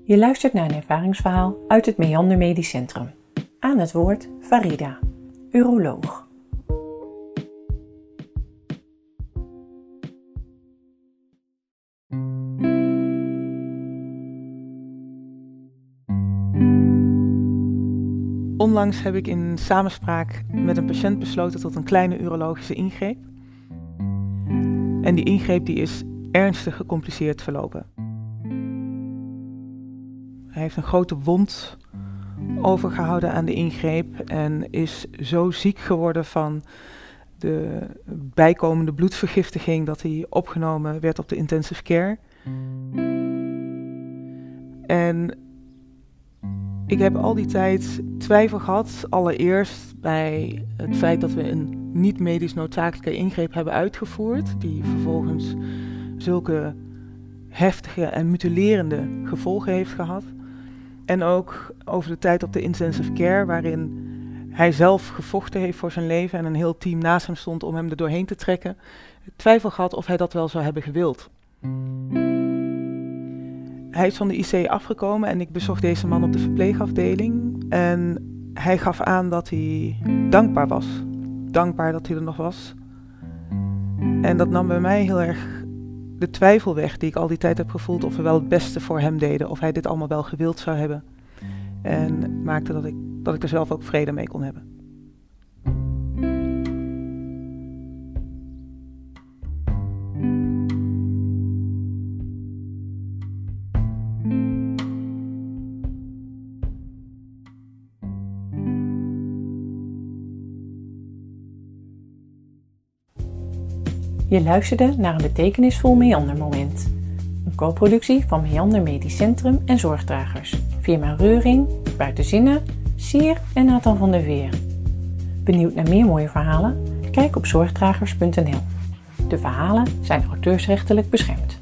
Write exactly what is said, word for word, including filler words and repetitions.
Je luistert naar een ervaringsverhaal uit het Meander Medisch Centrum. Aan het woord Farida, uroloog. Onlangs heb ik in samenspraak met een patiënt besloten tot een kleine urologische ingreep. En die ingreep die is ernstig gecompliceerd verlopen. Hij heeft een grote wond overgehouden aan de ingreep en is zo ziek geworden van de bijkomende bloedvergiftiging dat hij opgenomen werd op de intensive care. En ik heb al die tijd twijfel gehad, allereerst bij het feit dat we een niet-medisch noodzakelijke ingreep hebben uitgevoerd, die vervolgens zulke heftige en mutilerende gevolgen heeft gehad. En ook over de tijd op de intensive care, waarin hij zelf gevochten heeft voor zijn leven en een heel team naast hem stond om hem er doorheen te trekken. Twijfel gehad of hij dat wel zou hebben gewild. Hij is van de I C afgekomen en ik bezocht deze man op de verpleegafdeling. En hij gaf aan dat hij dankbaar was. Dankbaar dat hij er nog was. En dat nam bij mij heel erg de twijfel weg die ik al die tijd heb gevoeld of we wel het beste voor hem deden. Of hij dit allemaal wel gewild zou hebben. En maakte dat ik, dat ik er zelf ook vrede mee kon hebben. Je luisterde naar een betekenisvol Meander-moment. Een co-productie van Meander Medisch Centrum en Zorgdragers. Firma Reuring, Buitenzinnen, Sier en Nathan van der Veer. Benieuwd naar meer mooie verhalen? Kijk op zorgdragers punt n l. De verhalen zijn auteursrechtelijk beschermd.